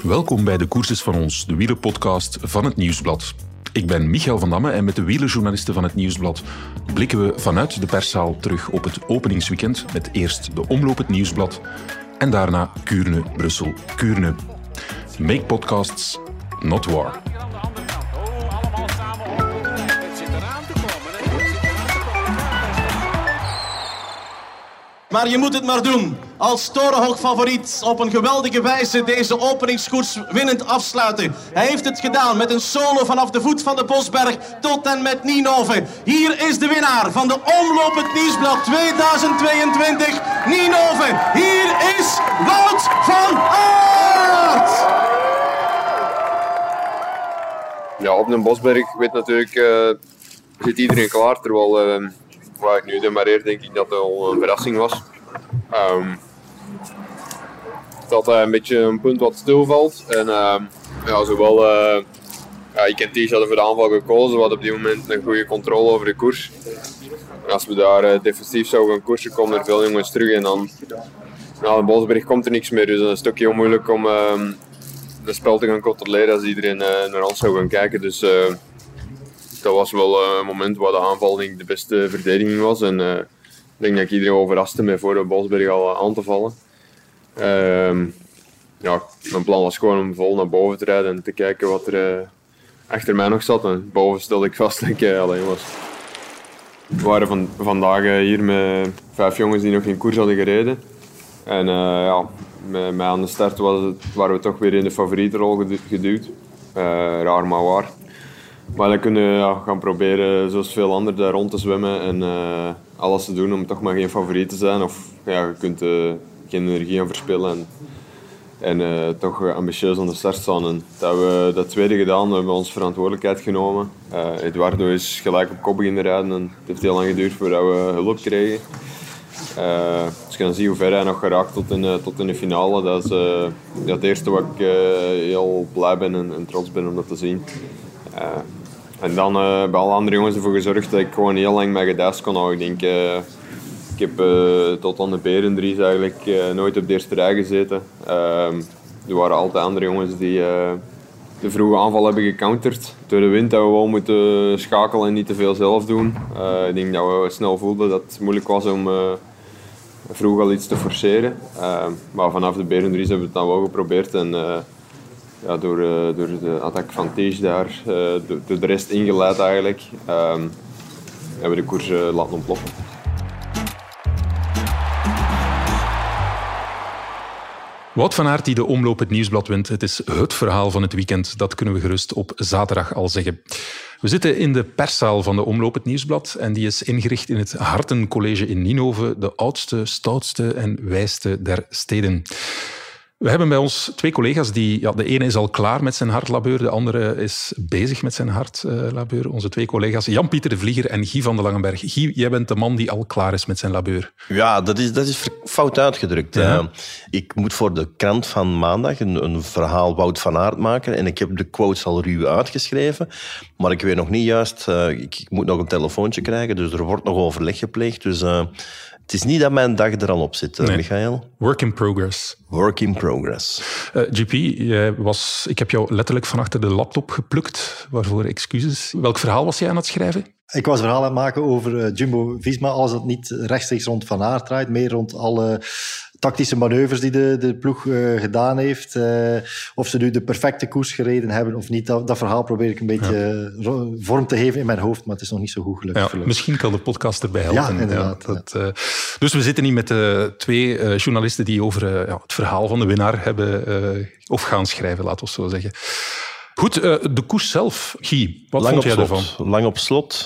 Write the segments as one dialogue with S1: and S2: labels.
S1: Welkom bij De Koers is van ons, de wielerpodcast van het Nieuwsblad. Ik ben Michael van Damme en met de wielerjournalisten van het Nieuwsblad blikken we vanuit de perszaal terug op het openingsweekend met eerst de Omloop het Nieuwsblad en daarna Kuurne, Brussel, Kuurne. Make podcasts, not war.
S2: Maar je moet het maar doen. Als torenhoogfavoriet op een geweldige wijze deze openingskoers winnend afsluiten. Hij heeft het gedaan met een solo vanaf de voet van de Bosberg tot en met Ninove. Hier is de winnaar van de Omloop het Nieuwsblad 2022, Ninove. Hier is Wout van Aert!
S3: Ja, op de Bosberg weet natuurlijk, zit iedereen klaar, terwijl... Waar ik nu demareer, denk ik dat het al een verrassing was. Dat een beetje een punt wat stilvalt. En zowel IKT hadden voor de aanval gekozen. We hadden op dit moment een goede controle over de koers. En als we daar defensief zouden gaan koersen, komen er veel jongens terug. En dan na de Bosberg komt er niks meer. Dus dat is een stukje heel moeilijk om de spel te gaan controleren als iedereen naar ons zou gaan kijken. Dus dat was wel een moment waar de aanval denk ik, de beste verdediging was. En ik denk dat ik iedereen wel verraste met voor de Bosberg al aan te vallen. Mijn plan was gewoon om vol naar boven te rijden en te kijken wat er achter mij nog zat. En boven stelde ik vast dat ik alleen was. We waren vandaag hier met 5 jongens die nog geen koers hadden gereden. En met mij aan de start waren we toch weer in de favorietenrol geduwd. Raar maar waar. Maar dan kunnen we gaan proberen, zoals veel anderen, daar rond te zwemmen en alles te doen om toch maar geen favoriet te zijn. Of je kunt geen energie aan verspillen en toch ambitieus aan de start staan. En dat tweede gedaan, we hebben onze verantwoordelijkheid genomen. Eduardo is gelijk op kop beginnen rijden en het heeft heel lang geduurd voordat we hulp kregen. Dus je kan zien hoe ver hij nog geraakt tot in de finale. Dat is het eerste wat ik heel blij ben en trots ben om dat te zien. En dan bij alle andere jongens ervoor gezorgd dat ik gewoon heel lang mijn gedijs kon houden. Ik heb tot aan de Berendries eigenlijk nooit op de eerste rij gezeten. Er waren altijd andere jongens die de vroege aanval hebben gecounterd. Door de wind dat we wel moeten schakelen en niet te veel zelf doen. Ik denk dat we snel voelden dat het moeilijk was om vroeg al iets te forceren. Maar vanaf de Berendries hebben we het dan wel geprobeerd. En, door de attack van Tej daar, door de rest ingeleid eigenlijk, hebben we de koers laten ontploffen.
S1: Wout van Aert die de Omloop het Nieuwsblad wint. Het is het verhaal van het weekend. Dat kunnen we gerust op zaterdag al zeggen. We zitten in de perszaal van de Omloop het Nieuwsblad en die is ingericht in het Hartencollege in Ninove, de oudste, stoutste en wijste der steden. We hebben bij ons 2 collega's. De ene is al klaar met zijn hartlabeur, de andere is bezig met zijn hartlabeur. Onze 2 collega's, Jan-Pieter de Vlieger en Guy van de Langenberg. Guy, jij bent de man die al klaar is met zijn labeur.
S4: Ja, dat is fout uitgedrukt. Ja. Ik moet voor de krant van maandag een verhaal Wout van Aert maken en ik heb de quotes al ruw uitgeschreven, maar ik weet nog niet juist. Ik moet nog een telefoontje krijgen, dus er wordt nog overleg gepleegd. Dus het is niet dat mijn dag er al op zit, nee. Michael.
S1: Work in progress.
S4: Work in progress.
S1: GP, ik heb jou letterlijk van achter de laptop geplukt. Waarvoor excuses. Welk verhaal was jij aan het schrijven?
S5: Ik was een verhaal aan het maken over Jumbo-Visma. Alles dat niet rechtstreeks rond Van Aert draait. Meer rond alle tactische manoeuvres die de ploeg gedaan heeft. Of ze nu de perfecte koers gereden hebben of niet. Dat verhaal probeer ik een beetje vorm te geven in mijn hoofd. Maar het is nog niet zo goed gelukt.
S1: Ja, misschien kan de podcast erbij helpen.
S5: Ja, inderdaad.
S1: Dus we zitten niet met 2 journalisten die over het verhaal van de winnaar hebben of gaan schrijven, laten we zo zeggen. Goed, de koers zelf, Guy, wat vond jij ervan?
S4: Lang op slot.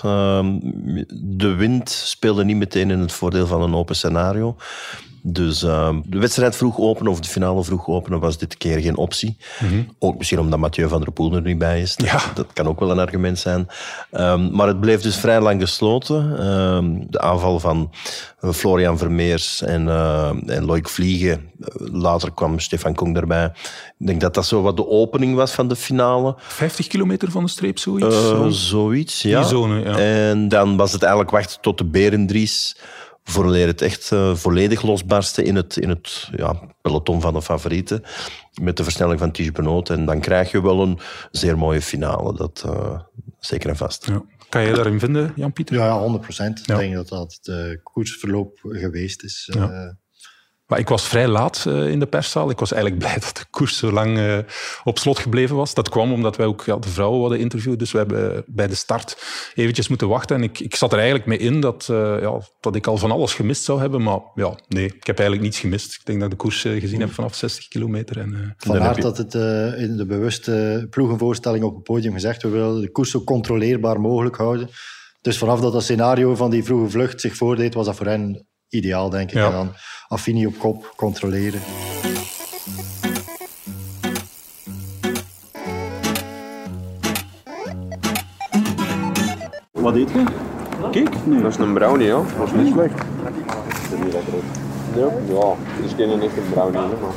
S4: De wind speelde niet meteen in het voordeel van een open scenario. Dus de wedstrijd vroeg openen of de finale vroeg openen was dit keer geen optie. Mm-hmm. Ook misschien omdat Mathieu van der Poel er niet bij is. Dat kan ook wel een argument zijn. Maar het bleef dus vrij lang gesloten. De aanval van Florian Vermeers en Loïc Vliegen. Later kwam Stefan Kung erbij. Ik denk dat dat zo wat de opening was van de finale.
S1: 50 kilometer van de streep, zoiets?
S4: Zoiets, ja.
S1: Die zone, ja.
S4: En dan was het eigenlijk wachten tot de Berendries, vooraleer het echt volledig losbarstte in het peloton van de favorieten. Met de versnelling van Tiesj Benoot. En dan krijg je wel een zeer mooie finale. Dat zeker en vast.
S1: Ja. Kan je daarin vinden, Jan-Pieter?
S5: Ja, 100%. Ik denk dat dat het koersverloop geweest is.
S1: Maar ik was vrij laat in de perszaal. Ik was eigenlijk blij dat de koers zo lang op slot gebleven was. Dat kwam omdat wij ook de vrouwen hadden interviewd. Dus we hebben bij de start eventjes moeten wachten. En ik zat er eigenlijk mee in dat ik al van alles gemist zou hebben. Maar nee, ik heb eigenlijk niets gemist. Ik denk dat ik de koers gezien heb vanaf 60 kilometer.
S5: Vandaar dat het in de bewuste ploegenvoorstelling op het podium gezegd, we willen de koers zo controleerbaar mogelijk houden. Dus vanaf dat scenario van die vroege vlucht zich voordeed, was dat voor hen ideaal, denk ik. Ja. En dan Affini op kop, controleren.
S6: Wat eet je? Kijk?
S3: Nee. Dat is een brownie, ja.
S6: Dat is niet slecht.
S3: Ja, het is geen echte brownie, hè, maar...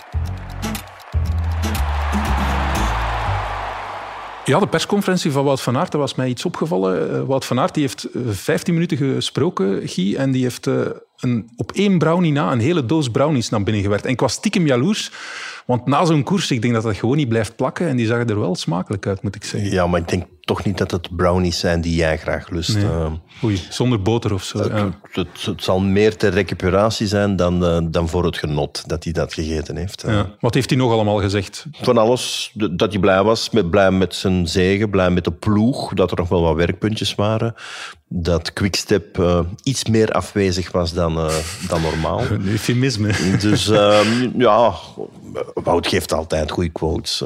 S1: Ja, de persconferentie van Wout van Aert, daar was mij iets opgevallen. Wout van Aert die heeft 15 minuten gesproken, Guy, en die heeft op 1 brownie na een hele doos brownies naar binnen gewerkt. En ik was stiekem jaloers, want na zo'n koers, ik denk dat dat gewoon niet blijft plakken en die zagen er wel smakelijk uit, moet ik zeggen.
S4: Ja, maar ik denk toch niet dat het brownies zijn die jij graag lust.
S1: Nee. Oei, zonder boter of zo.
S4: Het zal meer ter recuperatie zijn dan voor het genot dat hij dat gegeten heeft.
S1: Ja. Wat heeft hij nog allemaal gezegd?
S4: Van alles. Dat hij blij was, blij met zijn zege, blij met de ploeg, dat er nog wel wat werkpuntjes waren. Dat Quickstep iets meer afwezig was dan normaal.
S1: Een eufemisme.
S4: Dus Wout geeft altijd goede quotes.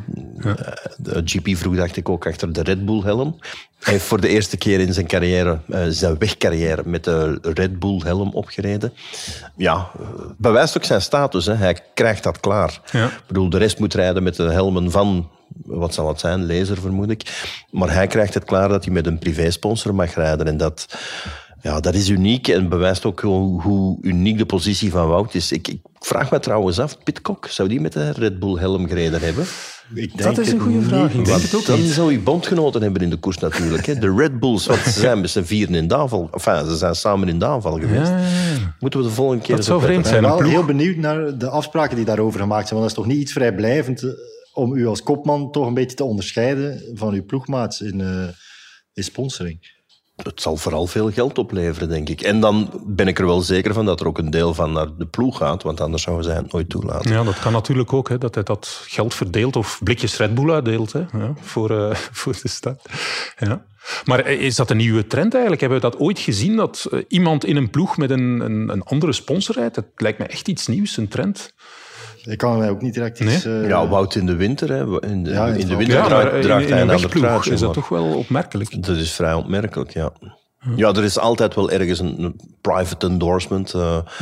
S4: De GP vroeg, dacht ik, ook achter de Red Bull-helm. Hij heeft voor de eerste keer in zijn carrière, zijn wegcarrière, met de Red Bull-helm opgereden. Ja, bewijst ook zijn status. Hè. Hij krijgt dat klaar. Ja. Ik bedoel, de rest moet rijden met de helmen van... Wat zal het zijn? Laser, vermoed ik. Maar hij krijgt het klaar dat hij met een privésponsor mag rijden. En dat is uniek en bewijst ook hoe uniek de positie van Wout is. Ik vraag me trouwens af, Pidcock, zou die met de Red Bull-helm gereden hebben?
S1: Dat is een goede vraag. Ik denk het ook
S4: dan
S1: niet.
S4: zou je bondgenoten hebben in de koers natuurlijk. Hè. De Red Bulls, want ze zijn met z'n vieren in de aanval. Enfin, ze zijn samen in de aanval geweest. Ja. Moeten we de volgende keer...
S1: Dat zou vreemd zijn.
S5: Ik ben wel heel benieuwd naar de afspraken die daarover gemaakt zijn. Want dat is toch niet iets vrijblijvend om u als kopman toch een beetje te onderscheiden van uw ploegmaats in sponsoring.
S4: Het zal vooral veel geld opleveren, denk ik. En dan ben ik er wel zeker van dat er ook een deel van naar de ploeg gaat, want anders zouden zij het nooit toelaten.
S1: Ja, dat kan natuurlijk ook, hè, dat hij dat geld verdeelt of blikjes Red Bull uitdeelt, hè, ja, voor de stad. Ja. Maar is dat een nieuwe trend eigenlijk? Hebben we dat ooit gezien, dat iemand in een ploeg met een andere sponsor rijdt? Dat lijkt me echt iets nieuws, een trend.
S5: Ik kan mij ook niet direct iets...
S4: Ja, Wout in de winter. Hè. In de winter draagt hij een ander truitje.
S1: Is dat toch wel opmerkelijk?
S4: Dat is vrij opmerkelijk, ja. Ja, er is altijd wel ergens een private endorsement.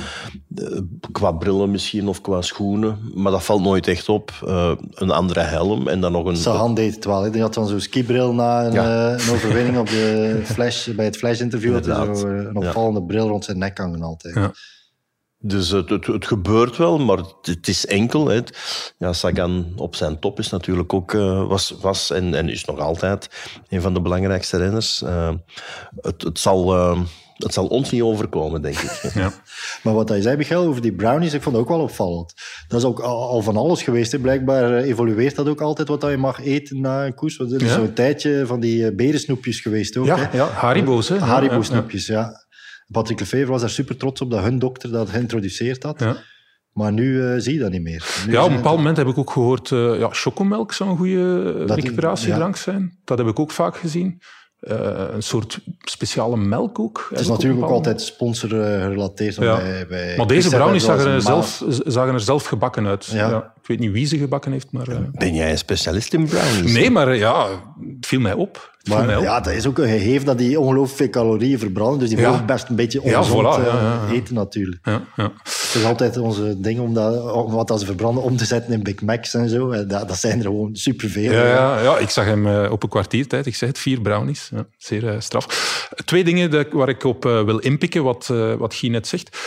S4: Qua brillen misschien of qua schoenen. Maar dat valt nooit echt op. Een andere helm en dan nog een...
S5: Sahan deed het wel. Hè. Die had dan zo'n skibril na een overwinning op de Flash, bij het Flash-interview. Had hij zo een opvallende bril rond zijn nek hangen altijd.
S1: Ja.
S4: Dus het gebeurt wel, maar het is enkel. Hè. Ja, Sagan op zijn top is natuurlijk ook, was en is nog altijd een van de belangrijkste renners. Het zal ons niet overkomen, denk ik. Ja.
S5: Maar wat hij zei, Michael, over die brownies, ik vond het ook wel opvallend. Dat is ook al van alles geweest. Hè. Blijkbaar evolueert dat ook altijd, wat je mag eten na een koers. Er is zo'n tijdje van die berensnoepjes geweest ook.
S1: Ja,
S5: hè.
S1: ja, Haribo's. Hè.
S5: Haribo-snoepjes, ja. Patrick Lefevre was daar super trots op dat hun dokter dat geïntroduceerd had. Ja. Maar nu zie je dat niet meer. Nu
S1: op een bepaald moment heb ik ook gehoord... chocomelk zou een goede recuperatiedrank zijn. Dat heb ik ook vaak gezien. Een soort speciale melk ook.
S5: Het is natuurlijk ook altijd sponsor-gerelateerd. Bij
S1: maar deze brownies zagen er zelf gebakken uit. Ja. Ja, ik weet niet wie ze gebakken heeft, maar...
S4: Ben jij een specialist in brownies?
S1: Nee, maar het viel mij op.
S5: Maar ja, dat is ook een gegeven dat die ongelooflijk veel calorieën verbranden. Dus die mogen best een beetje ongezond eten natuurlijk. Ja, ja. Het is altijd onze ding om wat ze verbranden om te zetten in Big Macs en zo. Dat zijn er gewoon superveel.
S1: Ja, ik zag hem op een kwartiertijd. Ik zeg het, 4 brownies. Ja, zeer straf. 2 dingen waar ik op wil inpikken, wat Guy net zegt.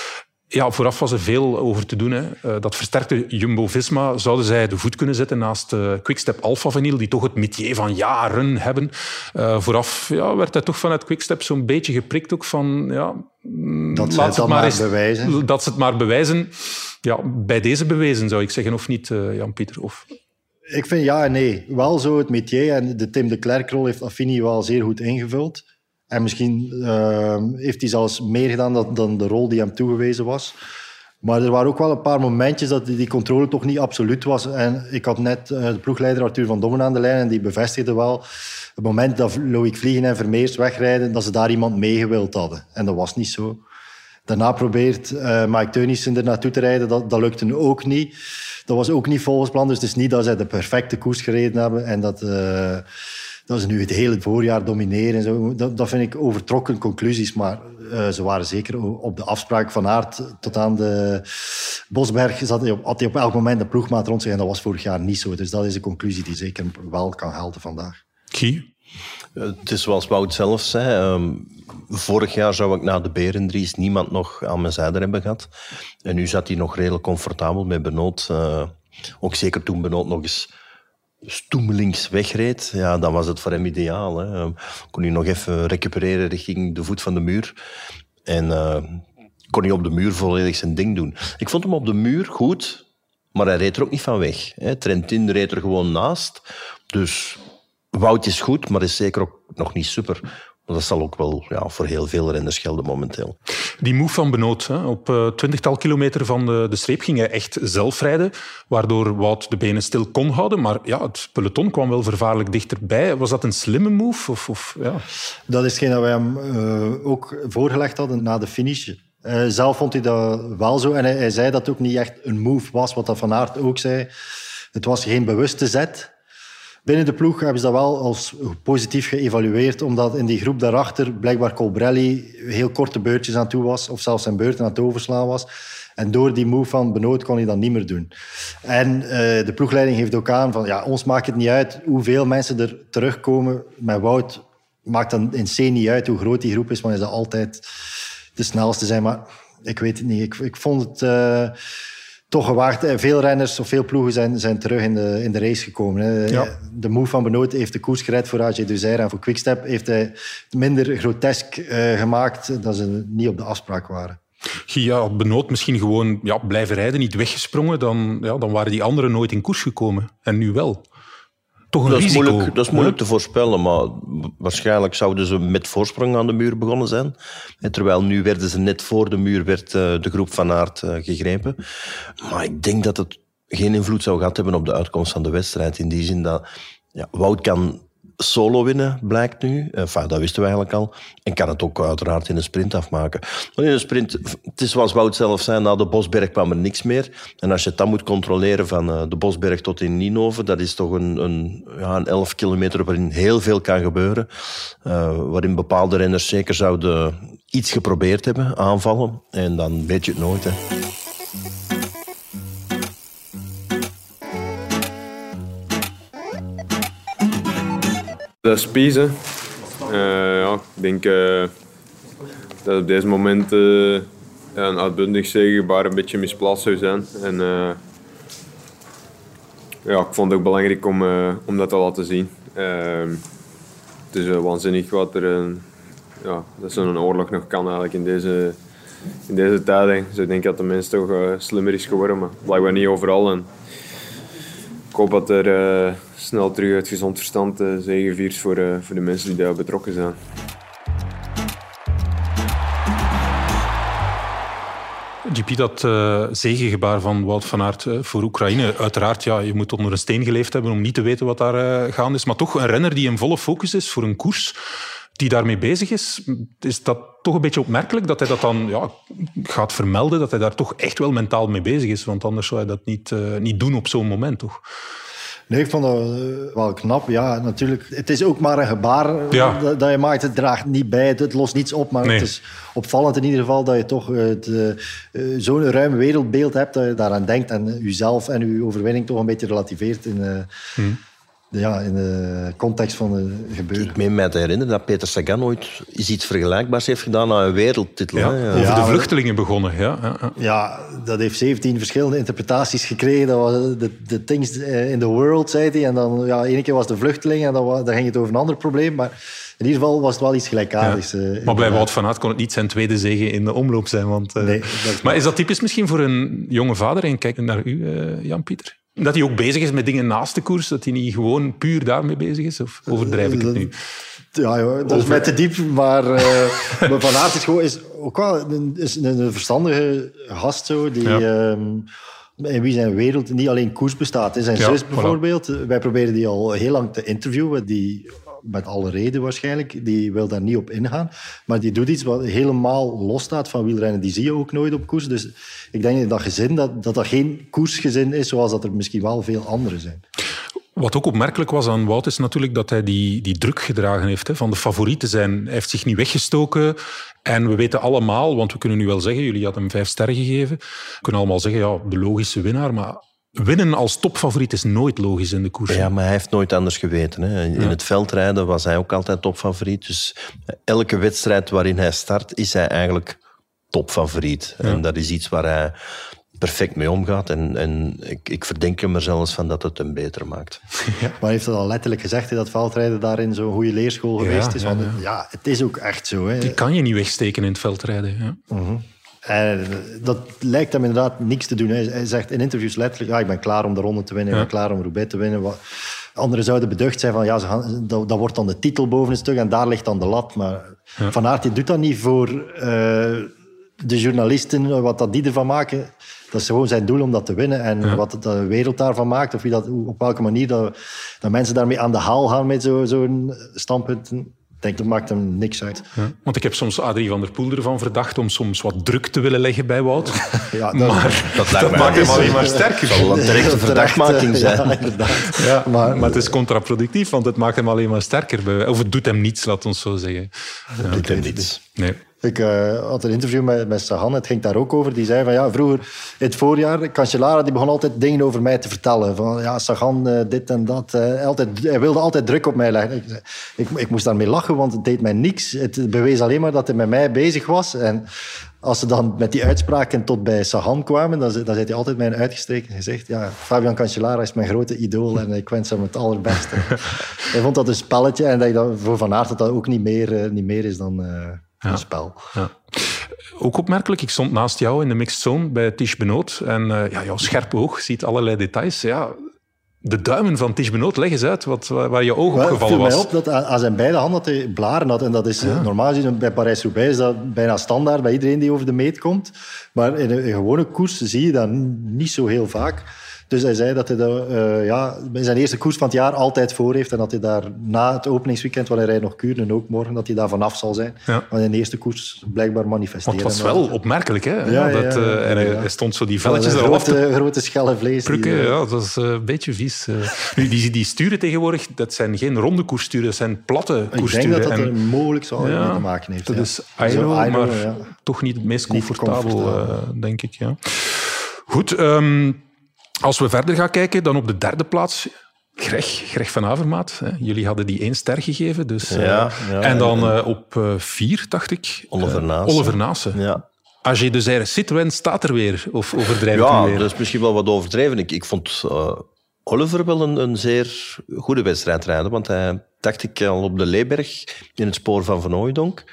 S1: Ja, vooraf was er veel over te doen. Hè. Dat versterkte Jumbo-Visma. Zouden zij de voet kunnen zetten naast Quickstep Alpha Vinyl, die toch het métier van jaren hebben. Vooraf werd hij toch vanuit Quickstep zo'n beetje geprikt ook van...
S5: dat ze het maar bewijzen.
S1: Dat ze het maar bewijzen. Ja, bij deze bewezen zou ik zeggen, of niet, Jan-Pieter? Of...
S5: Ik vind ja en nee. Wel zo het métier en de Tim de Klerk-rol heeft Affini wel zeer goed ingevuld. En misschien heeft hij zelfs meer gedaan dan de rol die hem toegewezen was. Maar er waren ook wel een paar momentjes dat die controle toch niet absoluut was. En ik had net de ploegleider Arthur van Dommen aan de lijn en die bevestigde wel het moment dat Loïc Vliegen en Vermeers wegrijden, dat ze daar iemand meegewild hadden. En dat was niet zo. Daarna probeert Mike Teunissen er naartoe te rijden. Dat lukte ook niet. Dat was ook niet volgens plan. Dus het is niet dat zij de perfecte koers gereden hebben en dat ze nu het hele voorjaar domineren. En zo. Dat vind ik overtrokken conclusies. Maar ze waren zeker op de afspraak van Aert tot aan de Bosberg. Had hij op elk moment een ploegmaat rond zich. En dat was vorig jaar niet zo. Dus dat is een conclusie die zeker wel kan gelden vandaag.
S1: Guy?
S4: Het is zoals Wout zelf zei. Vorig jaar zou ik na de Berendries niemand nog aan mijn zijde hebben gehad. En nu zat hij nog redelijk comfortabel met Benoot. Ook zeker toen Benoot nog eens stoemelings wegreed. Ja, dan was het voor hem ideaal. Hè. Kon hij nog even recupereren richting de voet van de muur. En kon hij op de muur volledig zijn ding doen. Ik vond hem op de muur goed, maar hij reed er ook niet van weg. Hè. Trentin reed er gewoon naast. Dus Wout is goed, maar is zeker ook nog niet super. Maar dat zal ook wel voor heel veel renners gelden momenteel.
S1: Die move van Benoot, op 20-tal kilometer van de streep ging hij echt zelf rijden, waardoor Wout de benen stil kon houden. Maar het peloton kwam wel vervaarlijk dichterbij. Was dat een slimme move?
S5: Dat is hetgeen dat wij hem ook voorgelegd hadden na de finish. Zelf vond hij dat wel zo. En hij zei dat het ook niet echt een move was, wat dat Van Aert ook zei. Het was geen bewuste zet. Binnen de ploeg hebben ze dat wel als positief geëvalueerd, omdat in die groep daarachter blijkbaar Colbrelli heel korte beurtjes aan toe was, of zelfs zijn beurten aan het overslaan was. En door die move van Benoot kon hij dat niet meer doen. En de ploegleiding geeft ook aan van, ons maakt het niet uit hoeveel mensen er terugkomen. Met Wout maakt dan in C niet uit hoe groot die groep is, want hij zal altijd de snelste zijn. Maar ik weet het niet. Ik vond het... toch gewaagd. Veel renners of veel ploegen zijn terug in de race gekomen. Ja. De move van Benoot heeft de koers gered voor AG Duzère en voor Quickstep heeft hij het minder grotesk gemaakt dat ze niet op de afspraak waren.
S1: Had Benoot misschien gewoon blijven rijden, niet weggesprongen, dan waren die anderen nooit in koers gekomen. En nu wel. Toch een risico.
S4: Dat is moeilijk te voorspellen, maar waarschijnlijk zouden ze met voorsprong aan de muur begonnen zijn. En terwijl nu werden ze net voor de muur, werd de groep van Aert gegrepen. Maar ik denk dat het geen invloed zou gehad hebben op de uitkomst van de wedstrijd. In die zin dat Wout kan solo winnen, blijkt nu. Enfin, dat wisten we eigenlijk al. En kan het ook uiteraard in een sprint afmaken. Maar in een sprint, het is zoals Wout zelf zei, na de Bosberg kwam er niks meer. En als je het dan moet controleren van de Bosberg tot in Ninove, dat is toch een 11 kilometer waarin heel veel kan gebeuren. Waarin bepaalde renners zeker zouden iets geprobeerd hebben, aanvallen. En dan weet je het nooit, hè.
S3: Dat is Pies, ik denk dat op deze moment een uitbundig zegebaar een beetje misplaatst zou zijn. En ik vond het ook belangrijk om dat te laten zien. Het is waanzinnig wat er dat zo'n oorlog nog kan eigenlijk in deze tijden. Dus ik denk dat de mens toch slimmer is geworden, maar blijkbaar niet overal. En ik hoop dat er snel terug uit gezond verstand zegeviert voor de mensen die daar betrokken zijn.
S1: GP, dat zegegebaar van Wout van Aert voor Oekraïne. Uiteraard, je moet onder een steen geleefd hebben om niet te weten wat daar gaande is. Maar toch een renner die in volle focus is voor een koers die daarmee bezig is. Is dat toch een beetje opmerkelijk dat hij dat dan gaat vermelden, dat hij daar toch echt wel mentaal mee bezig is? Want anders zou hij dat niet doen op zo'n moment, toch?
S5: Nee, ik vond dat wel knap. Ja, natuurlijk. Het is ook maar een gebaar dat je maakt. Het draagt niet bij, het lost niets op. Maar het is opvallend in ieder geval dat je toch zo'n ruim wereldbeeld hebt, dat je daaraan denkt en jezelf en je overwinning toch een beetje relativeert. in de context van het gebeuren.
S4: Ik meen mij te herinneren dat Peter Sagan ooit iets vergelijkbaars heeft gedaan aan een wereldtitel.
S1: Ja,
S4: hè?
S1: over de vluchtelingen begonnen.
S5: Ja, dat heeft 17 verschillende interpretaties gekregen. Dat was de things in the world, zei hij. En dan, ene keer was de vluchtelingen en dan ging het over een ander probleem. Maar in ieder geval was het wel iets gelijkaardigs.
S1: Ja. Maar bij Wout van Aert kon het niet zijn tweede zege in de omloop zijn. Want,
S5: nee,
S1: maar is dat typisch misschien voor een jonge vader? En kijk naar u, Jan-Pieter. Dat hij ook bezig is met dingen naast de koers? Dat hij niet gewoon puur daarmee bezig is? Of overdrijf ik het nu?
S5: Ja, dat is mij te diep. Maar Van Aert is ook wel een verstandige gast. Zo, die, in wie zijn wereld niet alleen koers bestaat. Zijn zus bijvoorbeeld. Wij proberen die al heel lang te interviewen. Die, met alle reden waarschijnlijk. Die wil daar niet op ingaan. Maar die doet iets wat helemaal losstaat van wielrennen. Die zie je ook nooit op koers. Dus ik denk in dat gezin dat geen koersgezin is, zoals dat er misschien wel veel andere zijn.
S1: Wat ook opmerkelijk was aan Wout is natuurlijk dat hij die druk gedragen heeft van de favoriet te zijn. Hij heeft zich niet weggestoken. En we weten allemaal, want we kunnen nu wel zeggen, jullie hadden hem 5 sterren gegeven. We kunnen allemaal zeggen, de logische winnaar. Maar winnen als topfavoriet is nooit logisch in de koers.
S4: Ja, maar hij heeft nooit anders geweten. Hè. In het veldrijden was hij ook altijd topfavoriet. Dus elke wedstrijd waarin hij start, is hij eigenlijk topfavoriet. Ja. En dat is iets waar hij perfect mee omgaat. En ik verdenk hem er zelfs van dat het hem beter maakt.
S5: Ja. Maar hij heeft het al letterlijk gezegd, dat veldrijden daarin zo'n goede leerschool geweest is. Want het is ook echt zo. Hè.
S1: Die kan je niet wegsteken in het veldrijden. Ja.
S5: Uh-huh. En dat lijkt hem inderdaad niks te doen. Hij zegt in interviews letterlijk, ik ben klaar om de ronde te winnen, ik ben klaar om Roubaix te winnen. Anderen zouden beducht zijn van, dat wordt dan de titel boven een stuk en daar ligt dan de lat. Maar Van Aert die doet dat niet voor de journalisten, wat die ervan maken. Dat is gewoon zijn doel om dat te winnen. En wat de wereld daarvan maakt, of op welke manier dat mensen daarmee aan de haal gaan met zo'n standpunt, ik denk, dat maakt hem niks uit.
S1: Ja. Want ik heb soms Adrie van der Poel ervan verdacht om soms wat druk te willen leggen bij Wout.
S5: Ja,
S1: maar dat maakt hem alleen maar sterker.
S4: Dat zal een directe verdachtmaking zijn.
S5: Ja, inderdaad.
S1: Ja, maar het is contraproductief, want het maakt hem alleen maar sterker. Of het doet hem niets, laat ons zo zeggen.
S4: Het doet hem niets.
S1: Nee.
S5: Ik had een interview met Sagan, het ging daar ook over. Die zei van, vroeger in het voorjaar, Cancellara die begon altijd dingen over mij te vertellen. Van, Sagan, dit en dat. Hij wilde altijd druk op mij leggen. Ik moest daarmee lachen, want het deed mij niks. Het bewees alleen maar dat hij met mij bezig was. En als ze dan met die uitspraken tot bij Sagan kwamen, dan zei hij altijd mijn uitgestreken gezicht. Ja, Fabian Cancellara is mijn grote idool en ik wens hem het allerbeste. Hij vond dat een spelletje en dat voor Van Aert dat ook niet meer is dan een spel.
S1: Ja. Ook opmerkelijk, ik stond naast jou in de mixed zone bij Tish Benoot en jouw scherpe oog ziet allerlei details. Ja, de duimen van Tish Benoot, leg eens uit waar je oog op gevallen was.
S5: Het viel mij op dat aan zijn beide handen dat hij blaren had. En dat is normaal gezien bij Parijs-Roubaix is dat bijna standaard bij iedereen die over de meet komt. Maar in een gewone koers zie je dat niet zo heel vaak. Dus hij zei dat hij in zijn eerste koers van het jaar altijd voor heeft en dat hij daar na het openingsweekend, waar hij rijdt nog Kuurne ook morgen, dat hij daar vanaf zal zijn. Ja. Maar in de eerste koers blijkbaar manifesteren.
S1: Want het was wel opmerkelijk, hè? En hij stond zo die velletjes erop te
S5: grote schelle vlees.
S1: Prukken, dat was een beetje vies. Nu, die sturen tegenwoordig, dat zijn geen ronde koerssturen, dat zijn platte koerssturen.
S5: Ik denk dat er mogelijk zou mee te maken heeft.
S1: Dat is aero, maar toch niet het meest comfortabel, denk ik. Ja. Goed, als we verder gaan kijken, dan op de 3e plaats Greg van Avermaat. Hè. Jullie hadden die 1 ster gegeven. Dus, en dan op 4, dacht ik, Oliver Naassen.
S4: Ja.
S1: AG de Zaire Citroën staat er weer, of overdrijf ik
S4: nu
S1: weer?
S4: Dat is misschien wel wat overdreven. Ik vond Oliver wel een zeer goede wedstrijd rijden, want hij, dacht ik, al op de Leeberg in het spoor van Van Hooijdonk.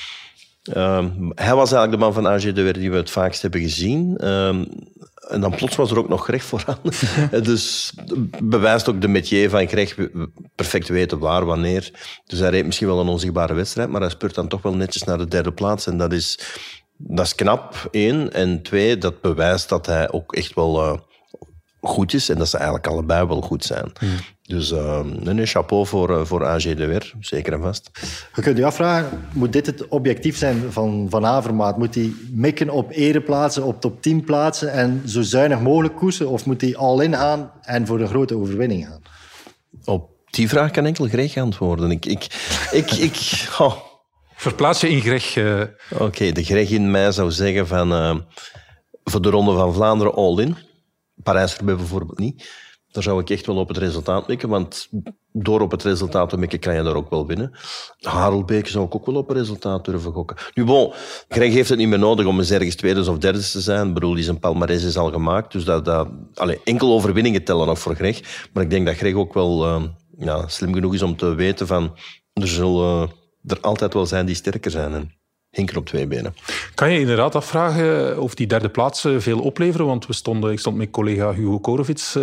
S4: Hij was eigenlijk de man van AG de Zaire die we het vaakst hebben gezien. En dan plots was er ook nog Greg vooraan. Dus bewijst ook de métier van Greg perfect weten waar, wanneer. Dus hij reed misschien wel een onzichtbare wedstrijd, maar hij speurt dan toch wel netjes naar de 3e plaats. En dat is knap, 1. En 2, dat bewijst dat hij ook echt wel goed is en dat ze eigenlijk allebei wel goed zijn. Dus een chapeau voor AG de Zaire, zeker en vast.
S5: Je kunt je afvragen, moet dit het objectief zijn van Avermaat? Moet hij mikken op ereplaatsen, op top 10 plaatsen en zo zuinig mogelijk koersen? Of moet hij all-in gaan en voor een grote overwinning gaan?
S4: Op die vraag kan enkel Greg antwoorden.
S1: Verplaats je in Greg?
S4: Oké, de Greg in mij zou zeggen van voor de Ronde van Vlaanderen all-in. Parijs-Roubaix bijvoorbeeld niet. Daar zou ik echt wel op het resultaat mikken, want door op het resultaat te mikken kan je daar ook wel winnen. Harelbeke zou ik ook wel op het resultaat durven gokken. Nu bon, Greg heeft het niet meer nodig om eens ergens tweede of derde te zijn. Ik bedoel, zijn palmarès is al gemaakt, dus enkel overwinningen tellen nog voor Greg. Maar ik denk dat Greg ook wel slim genoeg is om te weten van er zullen er altijd wel zijn die sterker zijn. En hinken op 2 benen.
S1: Kan je inderdaad afvragen of die derde plaats veel opleveren? Want ik stond met collega Hugo Korovits.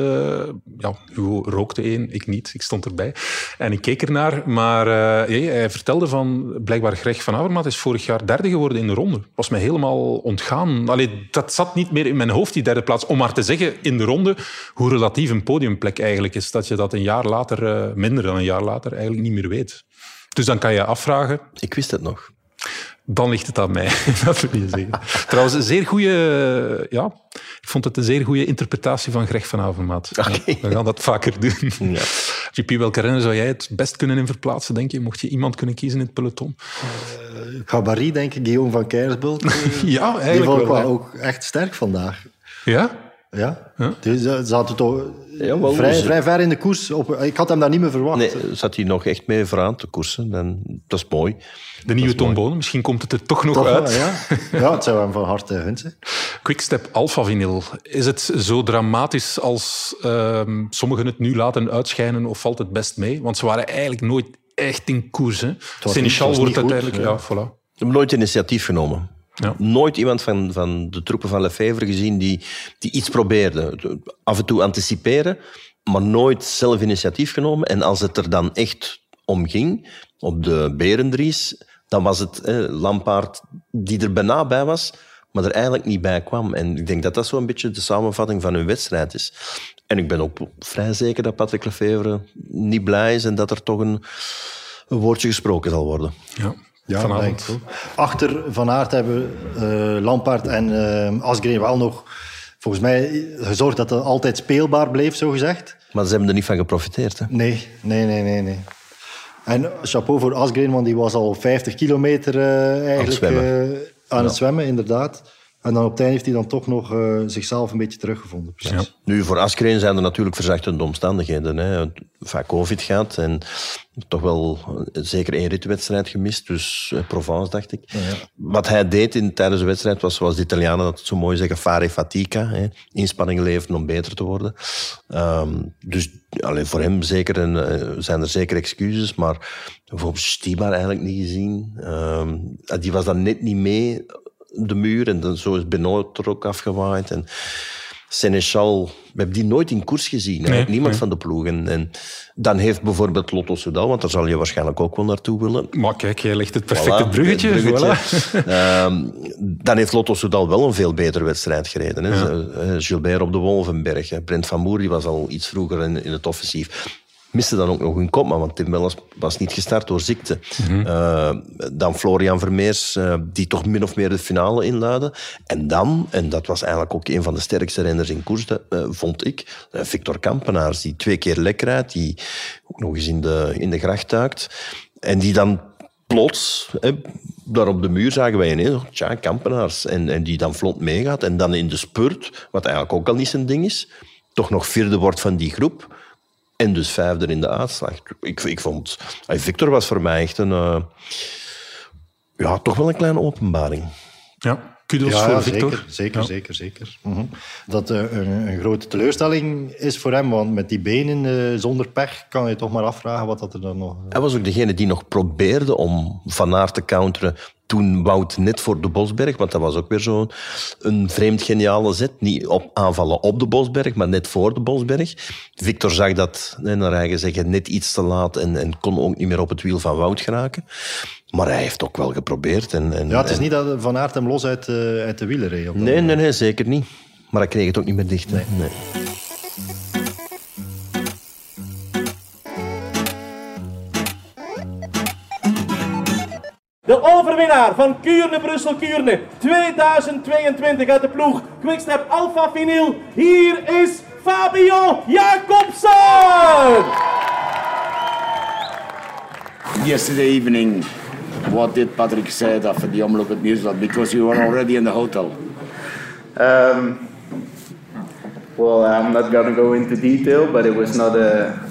S1: Hugo rookte 1, ik niet. Ik stond erbij. En ik keek ernaar. Maar hij vertelde van... Blijkbaar Greg van Avermaet is vorig jaar derde geworden in de ronde. Was mij helemaal ontgaan. Dat zat niet meer in mijn hoofd, die derde plaats. Om maar te zeggen, in de ronde, hoe relatief een podiumplek eigenlijk is. Dat je dat een jaar later, minder dan een jaar later, eigenlijk niet meer weet. Dus dan kan je afvragen...
S4: Ik wist het nog.
S1: Dan ligt het aan mij, dat wil je zeggen. Trouwens, een zeer goede... ik vond het een zeer goede interpretatie van Greg van Avermaet.
S4: Okay.
S1: We gaan dat vaker doen. Ja. JP, welke renner zou jij het best kunnen in verplaatsen, denk je? Mocht je iemand kunnen kiezen in het peloton?
S5: Gabarit, denk ik. Guillaume van Keizersbulk.
S1: Ja, eigenlijk
S5: die vond ik
S1: wel.
S5: Ook echt sterk vandaag.
S1: Ja?
S5: Ja. Ze zaten toch vrij ver in de koers. Ik had hem daar niet meer verwacht.
S4: Nee, zat hij nog echt mee vooraan te koersen. En dat is mooi.
S1: De nieuwe Tom Bonen, misschien komt het er toch nog uit.
S5: Ja, het zou hem van harte hun zijn.
S1: Quickstep Alpha Vinyl. Is het zo dramatisch als sommigen het nu laten uitschijnen of valt het best mee? Want ze waren eigenlijk nooit echt in koers. Sénéchal wordt uiteindelijk... Ja, voilà.
S4: Ze hebben nooit initiatief genomen.
S1: Ja.
S4: Nooit iemand van de troepen van Lefevre gezien die iets probeerde. Af en toe anticiperen, maar nooit zelf initiatief genomen. En als het er dan echt om ging, op de Berendries, dan was het Lampaard die er bijna bij was, maar er eigenlijk niet bij kwam. En ik denk dat dat zo'n beetje de samenvatting van hun wedstrijd is. En ik ben ook vrij zeker dat Patrick Lefevre niet blij is en dat er toch een woordje gesproken zal worden.
S1: Ja.
S5: Ja,
S1: vanavond.
S5: Achter Van Aert hebben Lampaard en Asgreen wel nog volgens mij gezorgd dat het altijd speelbaar bleef, zo gezegd.
S4: Maar ze hebben er niet van geprofiteerd. Hè?
S5: Nee. En chapeau voor Asgreen, want die was al 50 kilometer aan het zwemmen, inderdaad. En dan op het einde heeft hij dan toch nog zichzelf een beetje teruggevonden.
S1: Ja.
S4: Nu, voor Asgreen zijn er natuurlijk verzachtende omstandigheden. Hè. Vaak COVID gaat en toch wel zeker 1 ritwedstrijd gemist. Dus Provence, dacht ik. Ja. Wat hij deed tijdens de wedstrijd was, zoals de Italianen dat zo mooi zeggen, fare fatica. Hè. Inspanning leveren om beter te worden. Dus voor hem zijn er zeker excuses. Maar bijvoorbeeld Stibar eigenlijk niet gezien. Die was dan net niet mee... de muur en dan zo is Benoit er ook afgewaaid. En Sénéchal, we hebben die nooit in koers gezien. Nee, niemand van de ploeg. En dan heeft bijvoorbeeld Lotto Soudal, want daar zal je waarscheinnlijk ook wel naartoe willen.
S1: Maar kijk, jij legt het perfecte bruggetje. Voilà.
S4: Dan heeft Lotto Soudal wel een veel betere wedstrijd gereden. Hè. Ja. Gilbert op de Wolvenberg. Brent Van Moer die was al iets vroeger in het offensief. Miste dan ook nog een kopman, want Tim Wellens was niet gestart door ziekte. Mm-hmm. Dan Florian Vermeers, die toch min of meer de finale inluidde. En dan, en dat was eigenlijk ook een van de sterkste renners in koers, vond ik, Victor Kampenaars, die 2 keer lek rijdt, die ook nog eens in de gracht duikt. En die dan plots, daar op de muur zagen wij ineens, Kampenaars. En die dan vlot meegaat. En dan in de spurt, wat eigenlijk ook al niet zijn ding is, toch nog 4e wordt van die groep. En dus 5e in de uitslag. Ik vond... Victor was voor mij echt toch wel een kleine openbaring.
S1: Ja, kudos voor Victor.
S5: Zeker. Mm-hmm. Dat een grote teleurstelling is voor hem, want met die benen zonder pech kan je toch maar afvragen wat dat er dan nog...
S4: Hij was ook degene die nog probeerde om Van Aert te counteren toen Wout net voor de Bosberg, want dat was ook weer zo'n vreemd geniale zet. Niet aanvallen op de Bosberg, maar net voor de Bosberg. Victor zag dat, naar eigen zeggen, net iets te laat en kon ook niet meer op het wiel van Wout geraken. Maar hij heeft ook wel geprobeerd.
S5: Het is niet dat Van Aert hem los uit de wielen reed.
S4: Nee, zeker niet. Maar hij kreeg het ook niet meer dicht. Nee.
S2: De overwinnaar van Kuurne-Brussel-Kuurne 2022 uit de ploeg Quickstep Alpha Vinyl. Hier is Fabio Jacobsen!
S7: Yesterday evening, what did Patrick say after the Omloop at Nieuwsblad? Because you were already in the hotel.
S8: Well, I'm not gonna go into detail, but it was not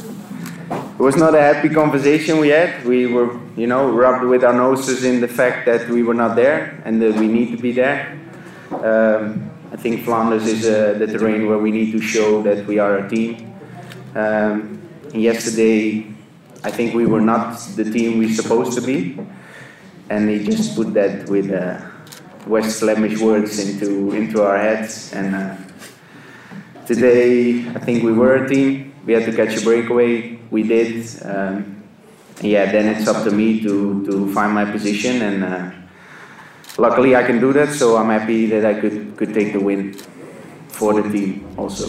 S8: a happy conversation we had. We were, rubbed with our noses in the fact that we were not there and that we need to be there. I think Flanders is the terrain where we need to show that we are a team. Yesterday, I think we were not the team we're supposed to be, and he just put that with West Flemish words into our heads. And today, I think we were a team. We had to catch a breakaway. We did. Then it's up to me to find my position, and luckily I can do that. So I'm happy that I could take the win for the team also.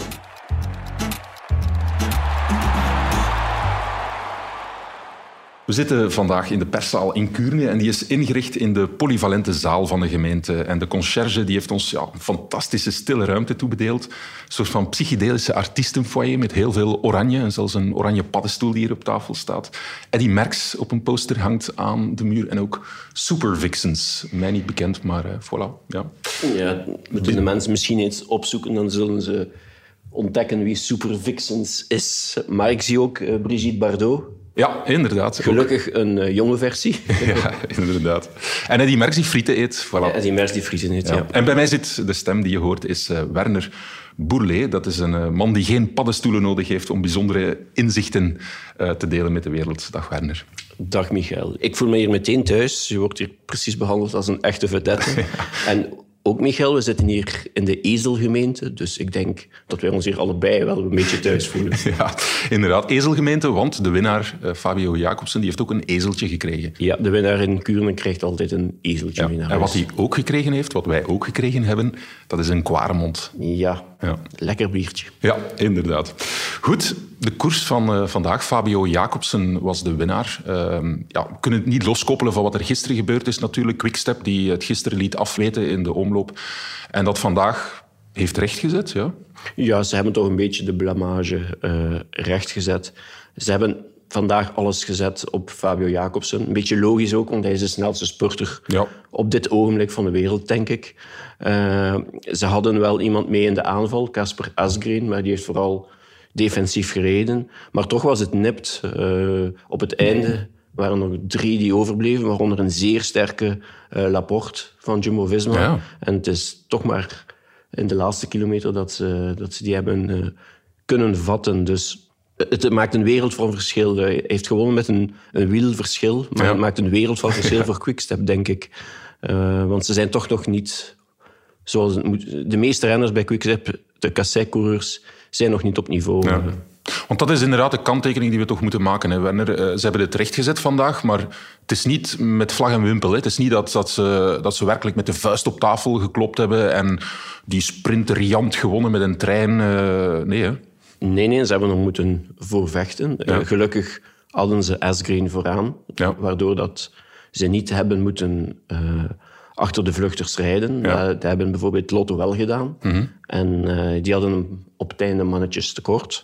S1: We zitten vandaag in de perszaal in Kuurne en die is ingericht in de polyvalente zaal van de gemeente. En de conciërge die heeft ons een fantastische stille ruimte toebedeeld. Een soort van psychedelische artiestenfoyer met heel veel oranje en zelfs een oranje paddenstoel die hier op tafel staat. Eddie Merckx op een poster hangt aan de muur en ook Super Vixens. Mij niet bekend, maar voilà.
S9: Ja, moeten de mensen misschien eens opzoeken, dan zullen ze ontdekken wie Super Vixens is. Maar ik zie ook Brigitte Bardot.
S1: Ja, inderdaad.
S9: Gelukkig een jonge versie.
S1: Ja, inderdaad. En Eddie Merckx die frieten eet. Voilà.
S9: Ja, Eddie Merckx die frieten eet, ja.
S1: En bij mij zit de stem die je hoort, is Werner Bourlet. Dat is een man die geen paddenstoelen nodig heeft om bijzondere inzichten te delen met de wereld. Dag Werner.
S9: Dag Michael. Ik voel me hier meteen thuis. Je wordt hier precies behandeld als een echte vedette. Ja. En ook, Michael, we zitten hier in de Ezelgemeente, dus ik denk dat wij ons hier allebei wel een beetje thuis voelen.
S1: Ja, inderdaad. Ezelgemeente, want de winnaar, Fabio Jacobsen, die heeft ook een ezeltje gekregen.
S9: Ja, de winnaar in Kuurne krijgt altijd een ezeltje mee naar huis.
S1: En wat hij ook gekregen heeft, wat wij ook gekregen hebben, dat is een Quaremont.
S9: Ja, lekker biertje.
S1: Ja, inderdaad. Goed, de koers van vandaag. Fabio Jacobsen was de winnaar. We kunnen het niet loskoppelen van wat er gisteren gebeurd is natuurlijk. Quickstep, die het gisteren liet afweten in de omloop. En dat vandaag heeft rechtgezet, ja?
S9: Ja, ze hebben toch een beetje de blamage rechtgezet. Ze hebben vandaag alles gezet op Fabio Jacobsen. Een beetje logisch ook, want hij is de snelste spurter op dit ogenblik van de wereld, denk ik. Ze hadden wel iemand mee in de aanval, Kasper Asgreen, maar die heeft vooral defensief gereden. Maar toch was het nipt. Op het einde waren er nog 3 die overbleven, waaronder een zeer sterke Laporte van Jumbo-Visma. Ja. En het is toch maar in de laatste kilometer dat ze die hebben kunnen vatten. Dus het maakt een wereld van verschil. Hij heeft gewonnen met een wielverschil, maar het maakt een wereld van verschil voor Quickstep, denk ik. Want ze zijn toch nog niet zoals het moet. De meeste renners bij Quickstep, de Kassei-coureurs, zijn nog niet op niveau. Ja.
S1: Want dat is inderdaad de kanttekening die we toch moeten maken, hè, Werner. Ze hebben het rechtgezet vandaag, maar het is niet met vlag en wimpel. Hè. Het is niet dat ze werkelijk met de vuist op tafel geklopt hebben en die sprint riant gewonnen met een trein. Nee, hè?
S9: Nee, ze hebben nog moeten voorvechten. Ja. Gelukkig hadden ze Asgreen vooraan, waardoor dat ze niet hebben moeten achter de vluchters rijden. Dat hebben bijvoorbeeld Lotto wel gedaan. Mm-hmm. En die hadden op het einde mannetjes tekort.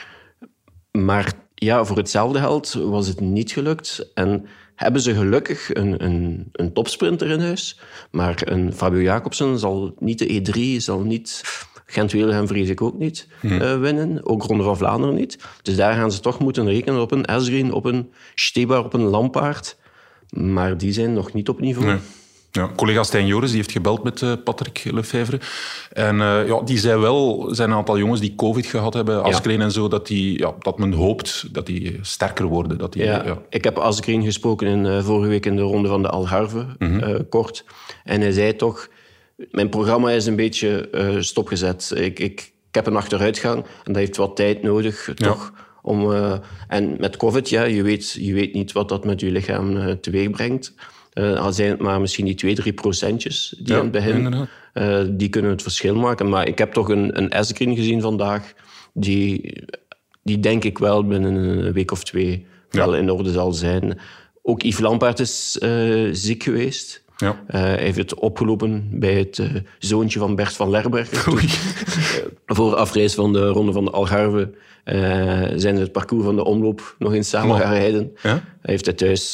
S9: Maar ja, voor hetzelfde geld was het niet gelukt. En hebben ze gelukkig een topsprinter in huis. Maar een Fabio Jacobsen zal niet de E3, zal niet Gent-Wevelgem vrees ik ook niet winnen. Ook Ronde van Vlaanderen niet. Dus daar gaan ze toch moeten rekenen op een Asgreen, op een Stebar, op een Lampaard. Maar die zijn nog niet op niveau.
S1: Nee. Ja, collega Stijn Joris die heeft gebeld met Patrick Lefevre. En die zei wel, er zijn een aantal jongens die COVID gehad hebben, Asgreen en zo, dat men hoopt dat die sterker worden.
S9: Ik heb Asgreen gesproken vorige week in de Ronde van de Algarve, kort. En hij zei toch, mijn programma is een beetje stopgezet. Ik heb een achteruitgang en dat heeft wat tijd nodig, toch? En met COVID, je weet niet wat dat met je lichaam teweeg brengt. Al zijn het maar misschien die 2-3% die aan het begin, die kunnen het verschil maken. Maar ik heb toch een Asgreen gezien vandaag, die denk ik wel binnen een week of 2 wel in orde zal zijn. Ook Yves Lampaert is ziek geweest. Ja. Hij heeft het opgelopen bij het zoontje van Bert van Lerbergen. Voor afreis van de Ronde van de Algarve zijn ze het parcours van de omloop nog eens samen gaan rijden. Ja? Hij heeft het thuis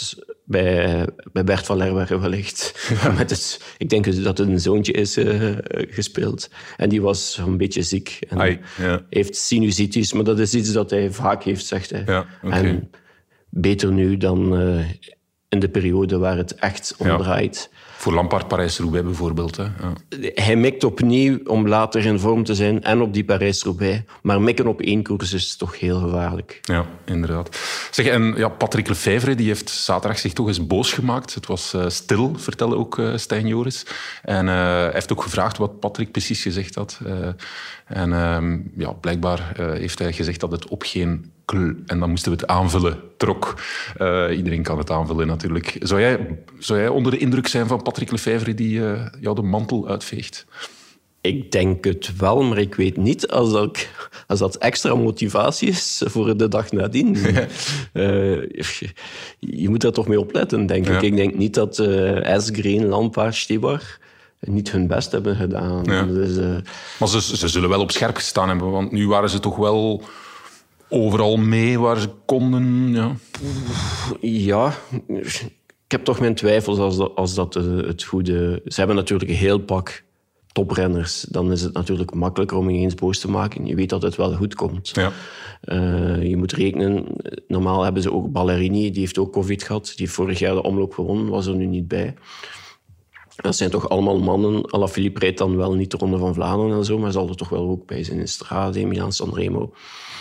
S9: bij Bert van Lerbergen wellicht. Ja. Ik denk dat het een zoontje is gespeeld. En die was een beetje ziek. En heeft sinusitis, maar dat is iets dat hij vaak heeft, zegt hij.
S1: Ja, okay.
S9: En beter nu dan in de periode waar het echt om draait.
S1: Voor Lampaard Parijs-Roubaix bijvoorbeeld. Hè? Ja.
S9: Hij mikt opnieuw om later in vorm te zijn en op die Parijs-Roubaix. Maar mikken op 1 koers is toch heel gevaarlijk.
S1: Ja, inderdaad. Zeg, en Patrick Lefevere die heeft zaterdag zich toch eens boos gemaakt. Het was stil, vertelde ook Stijn Joris. En hij heeft ook gevraagd wat Patrick precies gezegd had. Blijkbaar heeft hij gezegd dat het op geen en dan moesten we het aanvullen, trok. Iedereen kan het aanvullen natuurlijk. Zou jij onder de indruk zijn van Patrick Lefevere die jou de mantel uitveegt?
S9: Ik denk het wel, maar ik weet niet als dat extra motivatie is voor de dag nadien. Je moet daar toch mee opletten, denk ik. Ik denk niet dat Asgreen, Lampaard, Stybar niet hun best hebben gedaan.
S1: Ja. Dus, maar ze zullen wel op scherp gestaan hebben, want nu waren ze toch wel overal mee waar ze konden.
S9: Ja, ik heb toch mijn twijfels als dat het goede... Ze hebben natuurlijk een heel pak toprenners. Dan is het natuurlijk makkelijker om je eens boos te maken. Je weet dat het wel goed komt.
S1: Ja.
S9: Je moet rekenen... Normaal hebben ze ook Ballerini, die heeft ook COVID gehad. Die heeft vorig jaar de omloop gewonnen, was er nu niet bij. Dat zijn toch allemaal mannen. Alaphilippe rijdt dan wel niet de Ronde van Vlaanderen en zo, maar zal er toch wel ook bij zijn in Strade, Milaan-Sanremo.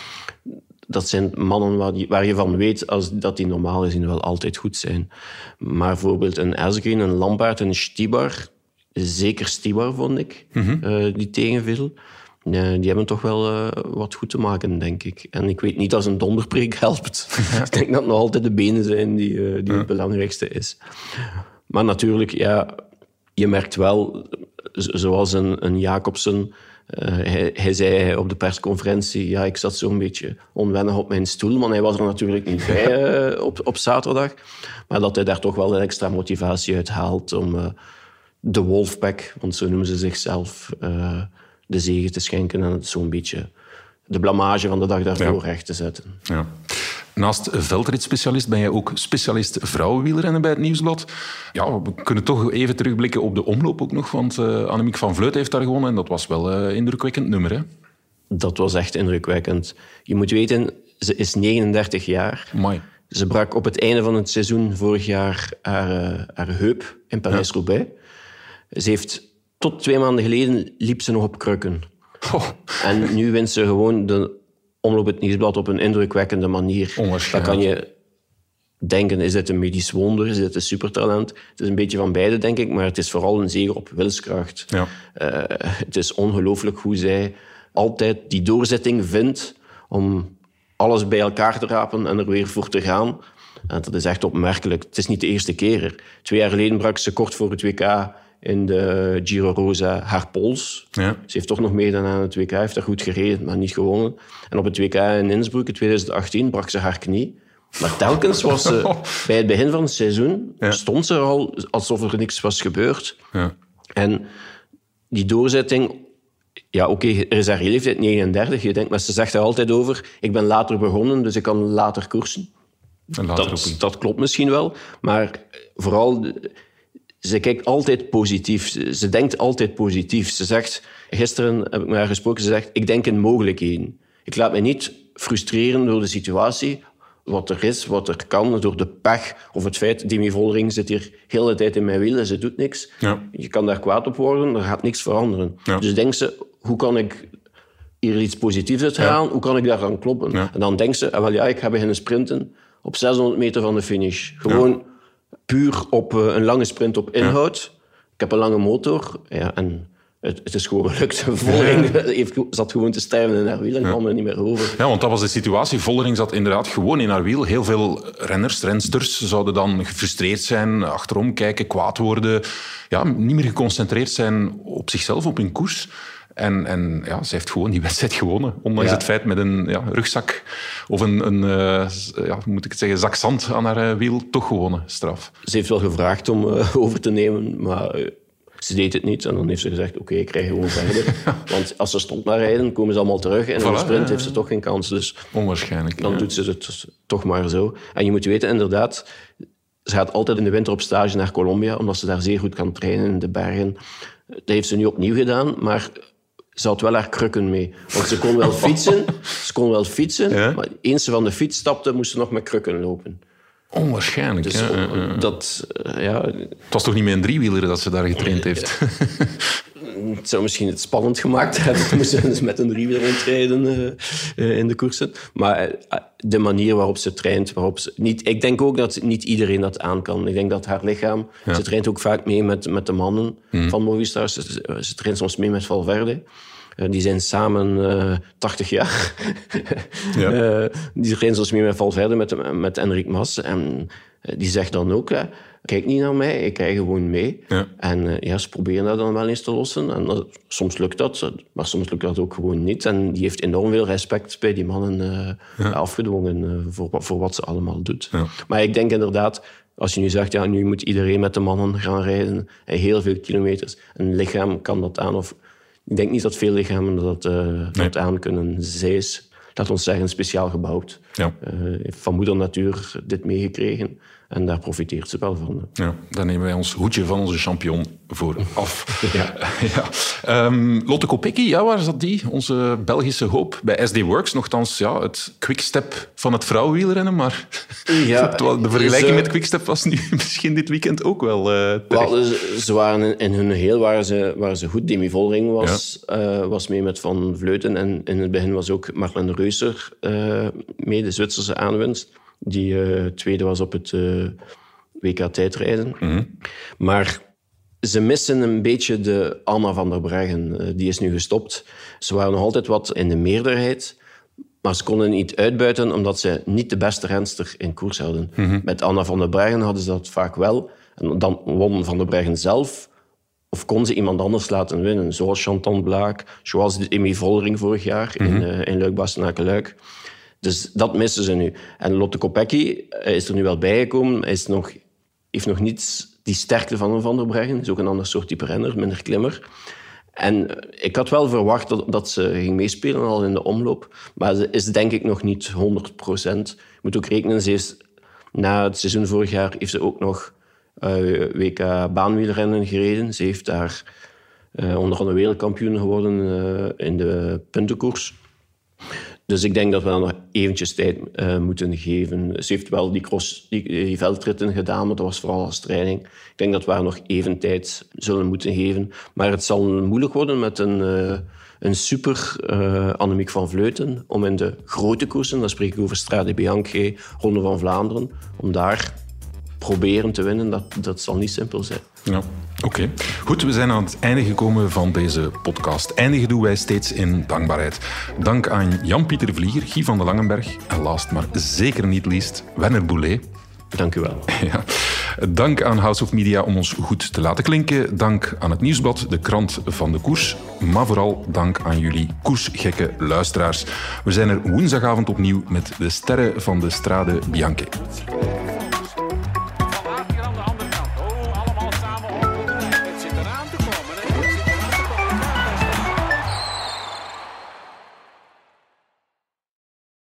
S9: Dat zijn mannen waar je van weet dat die normaal gezien wel altijd goed zijn. Maar bijvoorbeeld een Asgreen, een Lampaard, een Stybar, zeker Stybar vond ik, die tegenviel. Die hebben toch wel wat goed te maken, denk ik. En ik weet niet als een donderpreek helpt. Ik denk dat het nog altijd de benen zijn die het belangrijkste is. Maar natuurlijk, je merkt wel, zoals een Jacobsen... Hij zei op de persconferentie, ik zat zo'n beetje onwennig op mijn stoel, want hij was er natuurlijk niet bij op zaterdag. Maar dat hij daar toch wel een extra motivatie uit haalt om de Wolfpack, want zo noemen ze zichzelf, de zege te schenken en het zo'n beetje de blamage van de dag daarvoor recht te zetten.
S1: Ja. Naast veldritspecialist ben jij ook specialist vrouwenwielrennen bij het Nieuwsblad. Ja, we kunnen toch even terugblikken op de omloop ook nog, want Annemiek van Vleut heeft daar gewonnen en dat was wel een indrukwekkend nummer, hè?
S9: Dat was echt indrukwekkend. Je moet weten, ze is 39 jaar.
S1: Amai.
S9: Ze brak op het einde van het seizoen vorig jaar haar heup in Parijs-Roubaix. Ze heeft tot 2 maanden geleden liep ze nog op krukken.
S1: Oh.
S9: En nu wint ze gewoon de omloop het Nieuwsblad op een indrukwekkende manier. Dan kan je denken, is dit een medisch wonder? Is dit een supertalent? Het is een beetje van beide, denk ik, maar het is vooral een zege op wilskracht.
S1: Ja.
S9: Het is ongelooflijk hoe zij altijd die doorzetting vindt om alles bij elkaar te rapen en er weer voor te gaan. En dat is echt opmerkelijk. Het is niet de eerste keer. 2 jaar geleden brak ze kort voor het WK in de Giro Rosa haar pols.
S1: Ja.
S9: Ze heeft toch nog meegedaan aan het WK, heeft daar goed gereden, maar niet gewonnen. En op het WK in Innsbruck in 2018 brak ze haar knie. Maar telkens was ze, bij het begin van het seizoen, stond ze er al alsof er niks was gebeurd.
S1: Ja.
S9: En die doorzetting... Ja, oké, er is haar leeftijd 39. Je denkt, maar ze zegt er altijd over, ik ben later begonnen, dus ik kan later koersen. Dat klopt misschien wel, maar vooral... Ze kijkt altijd positief. Ze denkt altijd positief. Ze zegt... Gisteren heb ik met haar gesproken. Ze zegt, ik denk in mogelijkheden. Ik laat me niet frustreren door de situatie. Wat er is, wat er kan. Door de pech of het feit... Demi Vollering zit hier de hele tijd in mijn wiel en ze doet niks.
S1: Ja.
S9: Je kan daar kwaad op worden. Er gaat niks veranderen. Ja. Dus denkt ze, hoe kan ik hier iets positiefs uit halen? Ja. Hoe kan ik daar aan kloppen? Ja. En dan denkt ze, ik ga beginnen sprinten op 600 meter van de finish. Gewoon... puur op een lange sprint op inhoud. Ja. Ik heb een lange motor. Ja, en het is gewoon gelukt. Vollering zat gewoon te sterven in haar wiel en kwam er niet meer over.
S1: Ja, want dat was de situatie. Vollering zat inderdaad gewoon in haar wiel. Heel veel renners, rensters zouden dan gefrustreerd zijn, achterom kijken, kwaad worden. Ja, niet meer geconcentreerd zijn op zichzelf, op hun koers. En ze heeft gewoon die wedstrijd gewonnen. Ondanks het feit met een rugzak of hoe moet ik het zeggen, zak zand aan haar wiel, toch gewonnen. Straf.
S9: Ze heeft wel gevraagd om over te nemen, maar ze deed het niet. En dan heeft ze gezegd, oké, ik krijg gewoon verder. Want als ze stond naar rijden, komen ze allemaal terug. En in de sprint heeft ze toch geen kans. Dus
S1: onwaarschijnlijk.
S9: Dan doet ze het toch maar zo. En je moet weten, inderdaad... Ze gaat altijd in de winter op stage naar Colombia, omdat ze daar zeer goed kan trainen in de bergen. Dat heeft ze nu opnieuw gedaan, maar ze had wel haar krukken mee. Want ze kon wel fietsen, ja? Maar eens ze van de fiets stapte, moest ze nog met krukken lopen.
S1: Onwaarschijnlijk.
S9: Dus
S1: Het was toch niet met een driewieler dat ze daar getraind heeft?
S9: Het zou misschien het spannend gemaakt hebben. Ze moesten dus met een driewieler rondrijden in de koersen. Maar de manier waarop ze traint... ik denk ook dat niet iedereen dat aan kan. Ik denk dat haar lichaam... Ja. Ze traint ook vaak mee met de mannen van Movistar. Ze traint soms mee met Valverde. Die zijn samen 80 jaar. Ja. Die trainen soms mee met Valverde, met Enric Mas. En die zegt dan ook... Kijk niet naar mij, ik krijg gewoon mee. Ja. En ze proberen dat dan wel eens te lossen. En soms lukt dat, maar soms lukt dat ook gewoon niet. En die heeft enorm veel respect bij die mannen afgedwongen voor wat ze allemaal doet. Ja. Maar ik denk inderdaad, als je nu zegt, nu moet iedereen met de mannen gaan rijden, heel veel kilometers. Een lichaam kan dat aan. Ik denk niet dat veel lichamen dat aan kunnen. Zij is, laat ons zeggen, speciaal gebouwd. Ja. Van moeder natuur dit meegekregen. En daar profiteert ze wel van.
S1: Ja, daar nemen wij ons hoedje van onze champion voor af. Ja. Lotte Kopecky, waar zat die? Onze Belgische hoop bij SD Works. Nochtans, het quickstep van het vrouwenwielrennen. Maar de vergelijking met quickstep was nu misschien dit weekend ook wel
S9: ze waren in hun heel waar ze goed. Demi Vollering was mee met Van Vleuten. En in het begin was ook Marlene Reusser mee, de Zwitserse aanwinst. Die tweede was op het WK-tijdrijden. Mm-hmm. Maar ze missen een beetje de Anna van der Breggen. Die is nu gestopt. Ze waren nog altijd wat in de meerderheid. Maar ze konden niet uitbuiten omdat ze niet de beste renster in koers hadden. Mm-hmm. Met Anna van der Breggen hadden ze dat vaak wel. En dan won Van der Breggen zelf. Of kon ze iemand anders laten winnen. Zoals Chantal Blaak, zoals Demi Vollering vorig jaar in Luik-Bastenaken-Luik. Dus dat missen ze nu. En Lotte Kopecky is er nu wel bijgekomen. Heeft nog niet die sterkte van Van der Breggen. Is ook een ander soort type renner, minder klimmer. En ik had wel verwacht dat ze ging meespelen al in de omloop. Maar ze is denk ik nog niet 100%. Je moet ook rekenen, ze is, na het seizoen vorig jaar heeft ze ook nog WK baanwielrennen gereden. Ze heeft daar onder andere wereldkampioen geworden in de puntenkoers. Dus ik denk dat we dan nog eventjes tijd moeten geven. Ze heeft wel die veldritten gedaan, maar dat was vooral als training. Ik denk dat we haar nog even tijd zullen moeten geven. Maar het zal moeilijk worden met een super Annemiek van Vleuten om in de grote koersen, dan spreek ik over Strade Bianche, Ronde van Vlaanderen, om daar proberen te winnen. Dat zal niet simpel zijn.
S1: Ja. Oké. Goed, we zijn aan het einde gekomen van deze podcast. Eindigen doen wij steeds in dankbaarheid. Dank aan Jan-Pieter Vlieger, Guy van de Langenberg en last maar zeker niet least Werner Boulet.
S9: Dank u wel.
S1: Ja. Dank aan House of Media om ons goed te laten klinken. Dank aan het Nieuwsblad, de krant van de koers. Maar vooral dank aan jullie koersgekke luisteraars. We zijn er woensdagavond opnieuw met de sterren van de Strade Bianche.